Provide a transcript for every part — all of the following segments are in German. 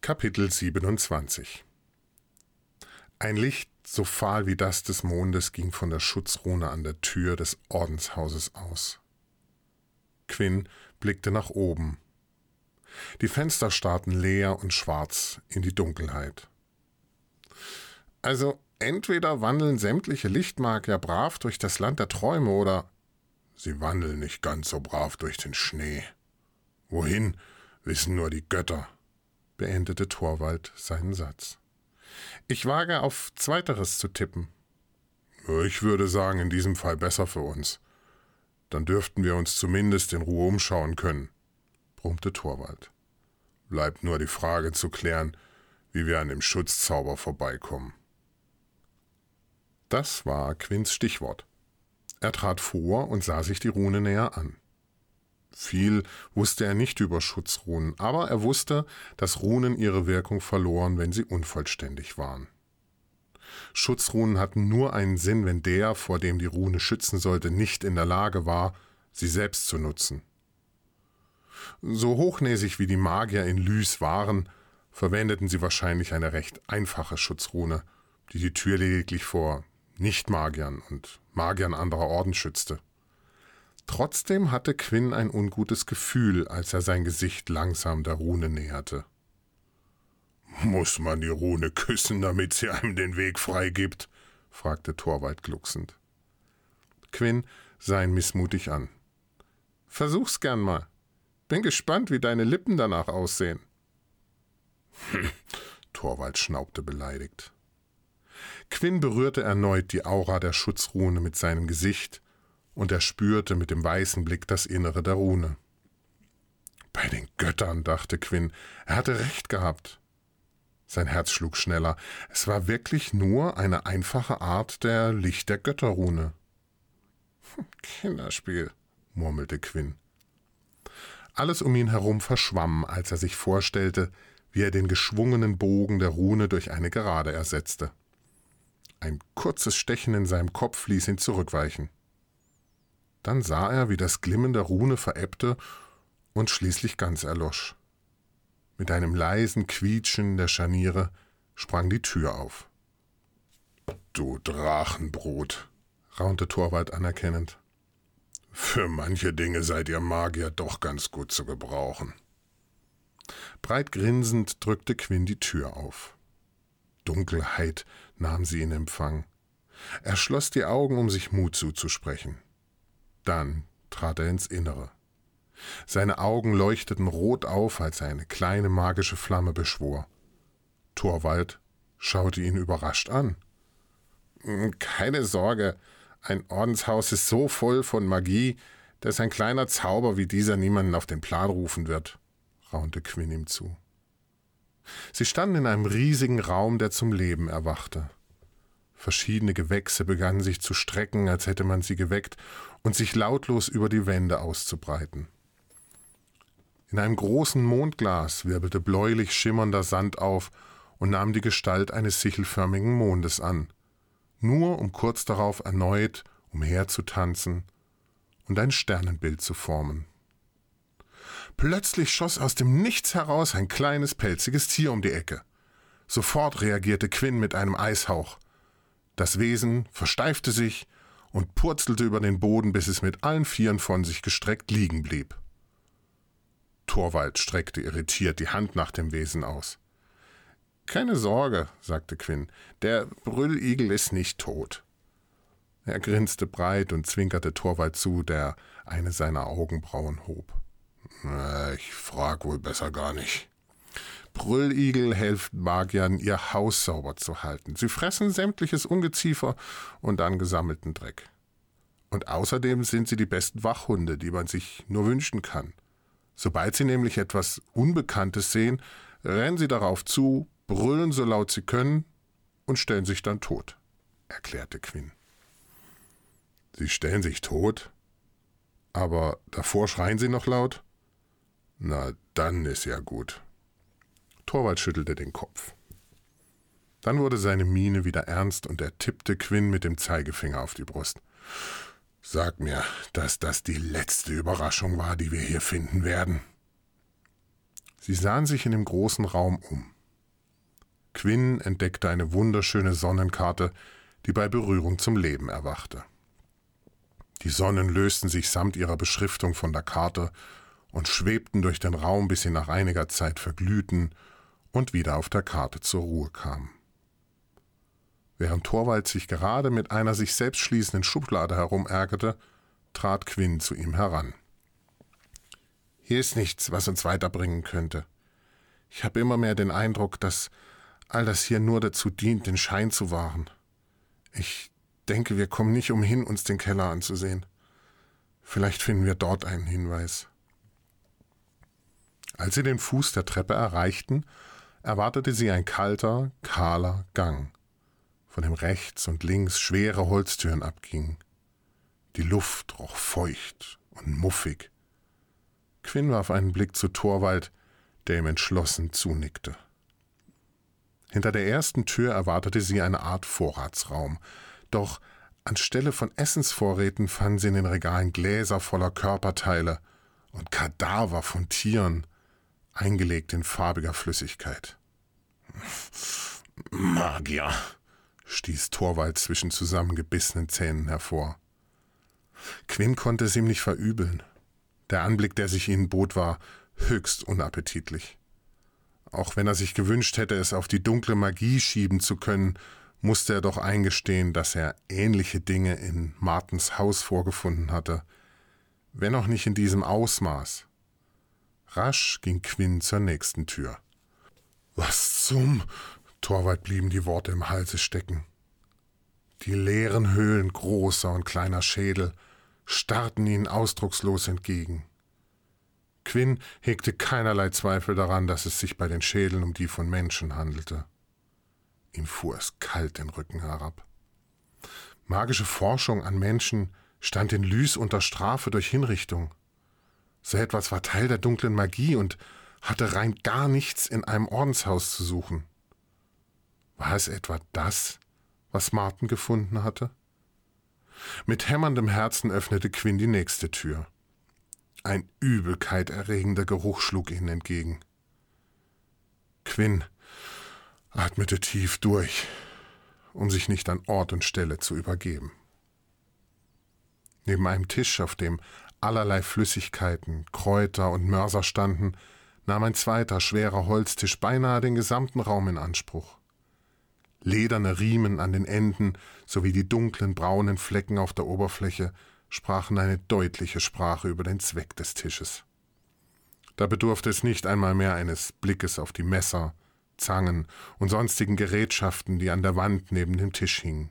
Kapitel 27. Ein Licht, so fahl wie das des Mondes, ging von der Schutzrune an der Tür des Ordenshauses aus. Quinn blickte nach oben. Die Fenster starrten leer und schwarz in die Dunkelheit. Also entweder wandeln sämtliche Lichtmagier brav durch das Land der Träume oder sie wandeln nicht ganz so brav durch den Schnee. Wohin, wissen nur die Götter, beendete Torvald seinen Satz. Ich wage auf Zweiteres zu tippen. Ich würde sagen, in diesem Fall besser für uns. Dann dürften wir uns zumindest in Ruhe umschauen können, brummte Torvald. Bleibt nur die Frage zu klären, wie wir an dem Schutzzauber vorbeikommen. Das war Quinns Stichwort. Er trat vor und sah sich die Rune näher an. Viel wusste er nicht über Schutzrunen, aber er wusste, dass Runen ihre Wirkung verloren, wenn sie unvollständig waren. Schutzrunen hatten nur einen Sinn, wenn der, vor dem die Rune schützen sollte, nicht in der Lage war, sie selbst zu nutzen. So hochnäsig wie die Magier in Lys waren, verwendeten sie wahrscheinlich eine recht einfache Schutzrune, die die Tür lediglich vor Nicht-Magiern und Magiern anderer Orden schützte. Trotzdem hatte Quinn ein ungutes Gefühl, als er sein Gesicht langsam der Rune näherte. »Muss man die Rune küssen, damit sie einem den Weg freigibt?« fragte Torvald glucksend. Quinn sah ihn missmutig an. »Versuch's gern mal. Bin gespannt, wie deine Lippen danach aussehen.« Torvald schnaubte beleidigt. Quinn berührte erneut die Aura der Schutzrune mit seinem Gesicht, und er spürte mit dem weißen Blick das Innere der Rune. Bei den Göttern, dachte Quinn, er hatte recht gehabt. Sein Herz schlug schneller. Es war wirklich nur eine einfache Art der Licht der Götterrune. Kinderspiel, murmelte Quinn. Alles um ihn herum verschwamm, als er sich vorstellte, wie er den geschwungenen Bogen der Rune durch eine Gerade ersetzte. Ein kurzes Stechen in seinem Kopf ließ ihn zurückweichen. Dann sah er, wie das Glimmen der Rune verebbte und schließlich ganz erlosch. Mit einem leisen Quietschen der Scharniere sprang die Tür auf. »Du Drachenbrut«, raunte Torvald anerkennend. »Für manche Dinge seid ihr Magier doch ganz gut zu gebrauchen.« Breit grinsend drückte Quinn die Tür auf. Dunkelheit nahm sie in Empfang. Er schloss die Augen, um sich Mut zuzusprechen. Dann trat er ins Innere. Seine Augen leuchteten rot auf, als er eine kleine magische Flamme beschwor. Torvald schaute ihn überrascht an. »Keine Sorge, ein Ordenshaus ist so voll von Magie, dass ein kleiner Zauber wie dieser niemanden auf den Plan rufen wird«, raunte Quinn ihm zu. Sie standen in einem riesigen Raum, der zum Leben erwachte. Verschiedene Gewächse begannen sich zu strecken, als hätte man sie geweckt, und sich lautlos über die Wände auszubreiten. In einem großen Mondglas wirbelte bläulich schimmernder Sand auf und nahm die Gestalt eines sichelförmigen Mondes an, nur um kurz darauf erneut umherzutanzen und ein Sternenbild zu formen. Plötzlich schoss aus dem Nichts heraus ein kleines, pelziges Tier um die Ecke. Sofort reagierte Quinn mit einem Eishauch. Das Wesen versteifte sich und purzelte über den Boden, bis es mit allen Vieren von sich gestreckt liegen blieb. Torvald streckte irritiert die Hand nach dem Wesen aus. »Keine Sorge«, sagte Quinn, »der Brülligel ist nicht tot.« Er grinste breit und zwinkerte Torvald zu, der eine seiner Augenbrauen hob. »Ich frag wohl besser gar nicht.« Brülligel helfen Magiern, ihr Haus sauber zu halten. Sie fressen sämtliches Ungeziefer und angesammelten Dreck. Und außerdem sind sie die besten Wachhunde, die man sich nur wünschen kann. Sobald sie nämlich etwas Unbekanntes sehen, rennen sie darauf zu, brüllen so laut sie können und stellen sich dann tot, erklärte Quinn. »Sie stellen sich tot? Aber davor schreien sie noch laut?« »Na, dann ist ja gut.« Torvald schüttelte den Kopf. Dann wurde seine Miene wieder ernst und er tippte Quinn mit dem Zeigefinger auf die Brust. »Sag mir, dass das die letzte Überraschung war, die wir hier finden werden.« Sie sahen sich in dem großen Raum um. Quinn entdeckte eine wunderschöne Sonnenkarte, die bei Berührung zum Leben erwachte. Die Sonnen lösten sich samt ihrer Beschriftung von der Karte und schwebten durch den Raum, bis sie nach einiger Zeit verglühten und wieder auf der Karte zur Ruhe kamen. Während Torvald sich gerade mit einer sich selbst schließenden Schublade herumärgerte, trat Quinn zu ihm heran. »Hier ist nichts, was uns weiterbringen könnte. Ich habe immer mehr den Eindruck, dass all das hier nur dazu dient, den Schein zu wahren. Ich denke, wir kommen nicht umhin, uns den Keller anzusehen. Vielleicht finden wir dort einen Hinweis.« Als sie den Fuß der Treppe erreichten, erwartete sie ein kalter, kahler Gang, von dem rechts und links schwere Holztüren abgingen. Die Luft roch feucht und muffig. Quinn warf einen Blick zu Torvald, der ihm entschlossen zunickte. Hinter der ersten Tür erwartete sie eine Art Vorratsraum, doch anstelle von Essensvorräten fanden sie in den Regalen Gläser voller Körperteile und Kadaver von Tieren, eingelegt in farbiger Flüssigkeit. »Magier«, stieß Torvald zwischen zusammengebissenen Zähnen hervor. Quinn konnte es ihm nicht verübeln. Der Anblick, der sich ihnen bot, war höchst unappetitlich. Auch wenn er sich gewünscht hätte, es auf die dunkle Magie schieben zu können, musste er doch eingestehen, dass er ähnliche Dinge in Martens Haus vorgefunden hatte, wenn auch nicht in diesem Ausmaß. Rasch ging Quinn zur nächsten Tür. »Was zum?« Torvald blieben die Worte im Halse stecken. Die leeren Höhlen großer und kleiner Schädel starrten ihnen ausdruckslos entgegen. Quinn hegte keinerlei Zweifel daran, dass es sich bei den Schädeln um die von Menschen handelte. Ihm fuhr es kalt den Rücken herab. Magische Forschung an Menschen stand in Lys unter Strafe durch Hinrichtung. So etwas war Teil der dunklen Magie und hatte rein gar nichts in einem Ordenshaus zu suchen. War es etwa das, was Marten gefunden hatte? Mit hämmerndem Herzen öffnete Quinn die nächste Tür. Ein übelkeiterregender Geruch schlug ihnen entgegen. Quinn atmete tief durch, um sich nicht an Ort und Stelle zu übergeben. Neben einem Tisch, auf dem allerlei Flüssigkeiten, Kräuter und Mörser standen, nahm ein zweiter, schwerer Holztisch beinahe den gesamten Raum in Anspruch. Lederne Riemen an den Enden sowie die dunklen, braunen Flecken auf der Oberfläche sprachen eine deutliche Sprache über den Zweck des Tisches. Da bedurfte es nicht einmal mehr eines Blickes auf die Messer, Zangen und sonstigen Gerätschaften, die an der Wand neben dem Tisch hingen.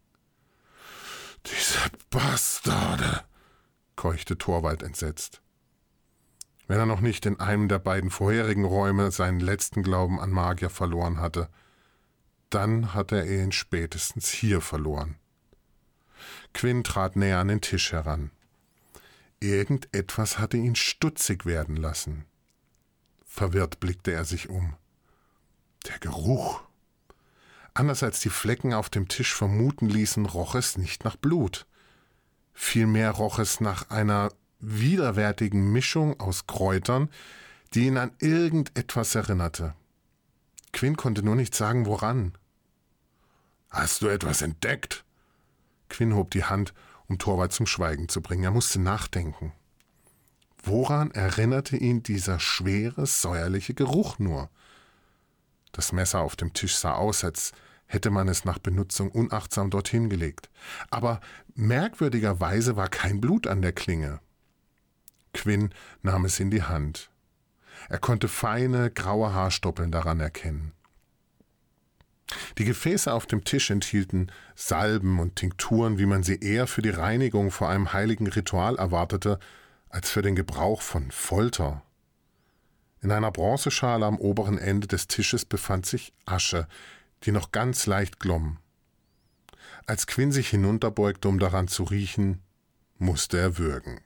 »Diese Bastarde«, keuchte Torvald entsetzt. Wenn er noch nicht in einem der beiden vorherigen Räume seinen letzten Glauben an Magier verloren hatte, dann hatte er ihn spätestens hier verloren. Quinn trat näher an den Tisch heran. Irgendetwas hatte ihn stutzig werden lassen. Verwirrt blickte er sich um. Der Geruch. Anders als die Flecken auf dem Tisch vermuten ließen, roch es nicht nach Blut. Vielmehr roch es nach einer widerwärtigen Mischung aus Kräutern, die ihn an irgendetwas erinnerte. Quinn konnte nur nicht sagen, woran. »Hast du etwas entdeckt?« Quinn hob die Hand, um Torvald zum Schweigen zu bringen. Er musste nachdenken. Woran erinnerte ihn dieser schwere, säuerliche Geruch nur? Das Messer auf dem Tisch sah aus, als hätte man es nach Benutzung unachtsam dorthin gelegt. Aber merkwürdigerweise war kein Blut an der Klinge. Quinn nahm es in die Hand. Er konnte feine, graue Haarstoppeln daran erkennen. Die Gefäße auf dem Tisch enthielten Salben und Tinkturen, wie man sie eher für die Reinigung vor einem heiligen Ritual erwartete, als für den Gebrauch von Folter. In einer Bronzeschale am oberen Ende des Tisches befand sich Asche, die noch ganz leicht glomm. Als Quinn sich hinunterbeugte, um daran zu riechen, musste er würgen.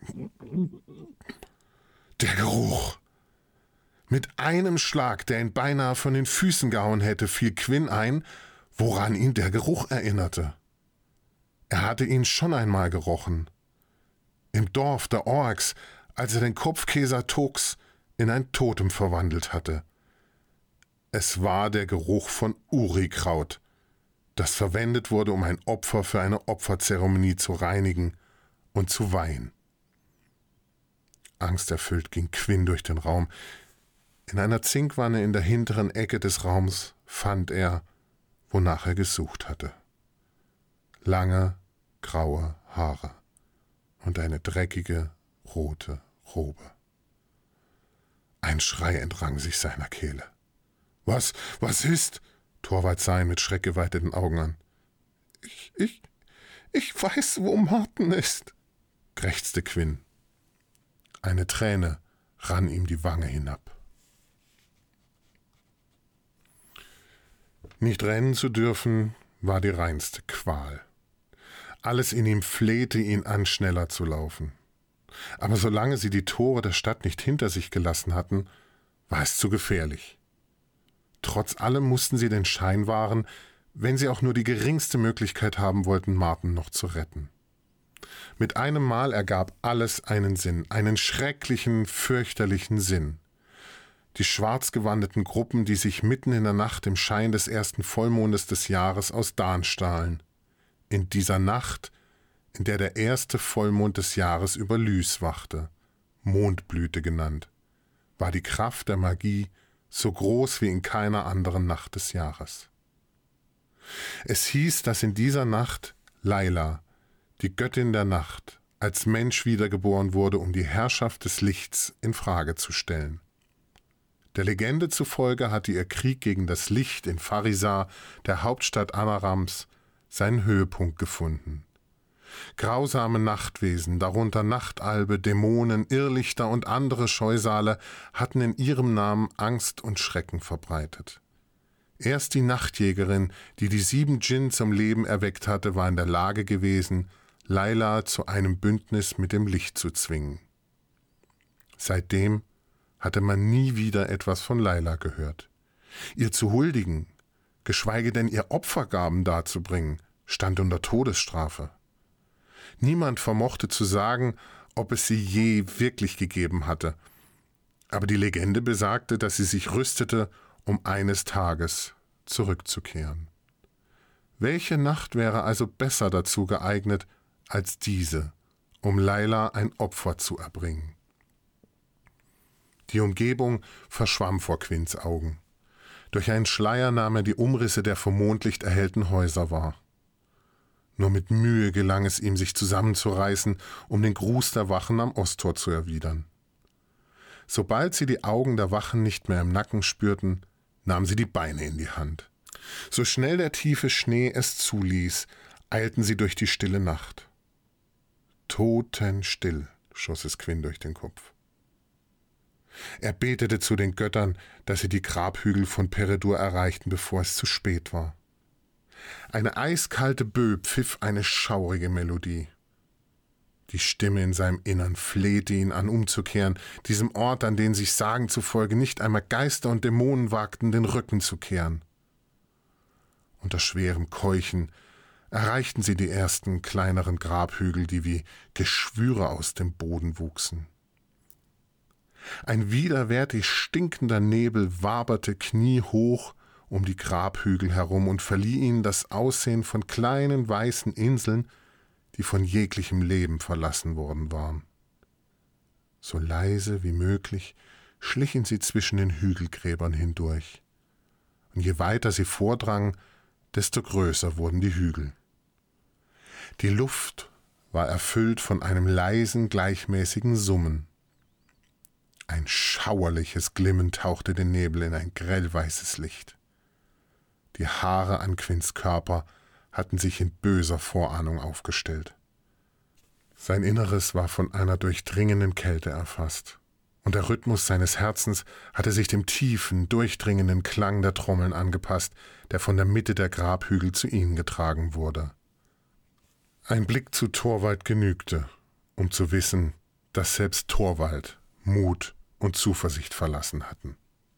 Der Geruch! Mit einem Schlag, der ihn beinahe von den Füßen gehauen hätte, fiel Quinn ein, woran ihn der Geruch erinnerte. Er hatte ihn schon einmal gerochen. Im Dorf der Orks, als er den Kopfkäser Tox in ein Totem verwandelt hatte. Es war der Geruch von Uri-Kraut, das verwendet wurde, um ein Opfer für eine Opferzeremonie zu reinigen und zu weihen. Angsterfüllt ging Quinn durch den Raum. In einer Zinkwanne in der hinteren Ecke des Raums fand er, wonach er gesucht hatte. Lange, graue Haare und eine dreckige, rote Robe. Ein Schrei entrang sich seiner Kehle. Was ist? Torvald sah ihn mit schreckgeweiteten Augen an. Ich weiß, wo Martin ist, krächzte Quinn. Eine Träne rann ihm die Wange hinab. Nicht rennen zu dürfen, war die reinste Qual. Alles in ihm flehte ihn an, schneller zu laufen. Aber solange sie die Tore der Stadt nicht hinter sich gelassen hatten, war es zu gefährlich. Trotz allem mussten sie den Schein wahren, wenn sie auch nur die geringste Möglichkeit haben wollten, Martin noch zu retten. Mit einem Mal ergab alles einen Sinn, einen schrecklichen, fürchterlichen Sinn. Die schwarzgewandeten Gruppen, die sich mitten in der Nacht im Schein des ersten Vollmondes des Jahres aus Dan stahlen. In dieser Nacht, in der der erste Vollmond des Jahres über Lys wachte, Mondblüte genannt, war die Kraft der Magie so groß wie in keiner anderen Nacht des Jahres. Es hieß, dass in dieser Nacht Laila, die Göttin der Nacht, als Mensch wiedergeboren wurde, um die Herrschaft des Lichts in Frage zu stellen. Der Legende zufolge hatte ihr Krieg gegen das Licht in Farisar, der Hauptstadt Anarams, seinen Höhepunkt gefunden. Grausame Nachtwesen, darunter Nachtalbe, Dämonen, Irrlichter und andere Scheusale, hatten in ihrem Namen Angst und Schrecken verbreitet. Erst die Nachtjägerin, die die 7 Djinn zum Leben erweckt hatte, war in der Lage gewesen, Laila zu einem Bündnis mit dem Licht zu zwingen. Seitdem hatte man nie wieder etwas von Laila gehört. Ihr zu huldigen, geschweige denn ihr Opfergaben darzubringen, stand unter Todesstrafe. Niemand vermochte zu sagen, ob es sie je wirklich gegeben hatte, aber die Legende besagte, dass sie sich rüstete, um eines Tages zurückzukehren. Welche Nacht wäre also besser dazu geeignet als diese, um Laila ein Opfer zu erbringen? Die Umgebung verschwamm vor Quinns Augen. Durch einen Schleier nahm er die Umrisse der vom Mondlicht erhellten Häuser wahr. Nur mit Mühe gelang es ihm, sich zusammenzureißen, um den Gruß der Wachen am Osttor zu erwidern. Sobald sie die Augen der Wachen nicht mehr im Nacken spürten, nahmen sie die Beine in die Hand. So schnell der tiefe Schnee es zuließ, eilten sie durch die stille Nacht. Totenstill, schoss es Quinn durch den Kopf. Er betete zu den Göttern, dass sie die Grabhügel von Peredur erreichten, bevor es zu spät war. Eine eiskalte Böe pfiff eine schaurige Melodie. Die Stimme in seinem Innern flehte ihn an, umzukehren, diesem Ort, an den sich Sagen zufolge nicht einmal Geister und Dämonen wagten, den Rücken zu kehren. Unter schwerem Keuchen erreichten sie die ersten kleineren Grabhügel, die wie Geschwüre aus dem Boden wuchsen. Ein widerwärtig stinkender Nebel waberte kniehoch um die Grabhügel herum und verlieh ihnen das Aussehen von kleinen weißen Inseln, die von jeglichem Leben verlassen worden waren. So leise wie möglich schlichen sie zwischen den Hügelgräbern hindurch. Und je weiter sie vordrangen, desto größer wurden die Hügel. Die Luft war erfüllt von einem leisen, gleichmäßigen Summen. Ein schauerliches Glimmen tauchte den Nebel in ein grellweißes Licht. Die Haare an Quinns Körper hatten sich in böser Vorahnung aufgestellt. Sein Inneres war von einer durchdringenden Kälte erfasst, und der Rhythmus seines Herzens hatte sich dem tiefen, durchdringenden Klang der Trommeln angepasst, der von der Mitte der Grabhügel zu ihnen getragen wurde. Ein Blick zu Torvald genügte, um zu wissen, dass selbst Torvald Mut und Zuversicht verlassen hatten.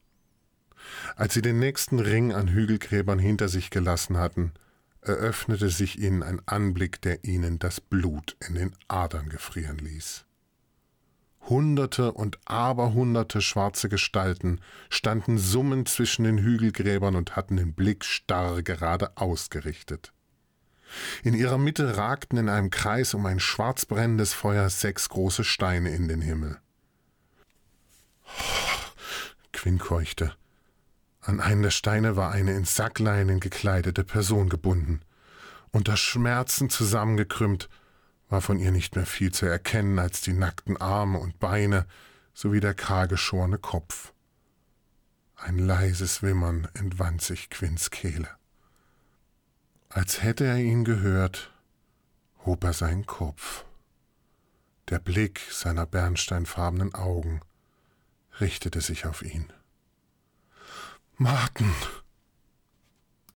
Als sie den nächsten Ring an Hügelgräbern hinter sich gelassen hatten, eröffnete sich ihnen ein Anblick, der ihnen das Blut in den Adern gefrieren ließ. Hunderte und Aberhunderte schwarze Gestalten standen summend zwischen den Hügelgräbern und hatten den Blick starr geradeaus gerichtet. In ihrer Mitte ragten in einem Kreis um ein schwarz brennendes Feuer 6 große Steine in den Himmel. Quinn keuchte. An einen der Steine war eine in Sackleinen gekleidete Person gebunden. Unter Schmerzen zusammengekrümmt war von ihr nicht mehr viel zu erkennen als die nackten Arme und Beine sowie der kahlgeschorene Kopf. Ein leises Wimmern entwand sich Quinns Kehle. Als hätte er ihn gehört, hob er seinen Kopf. Der Blick seiner bernsteinfarbenen Augen richtete sich auf ihn. »Martin«,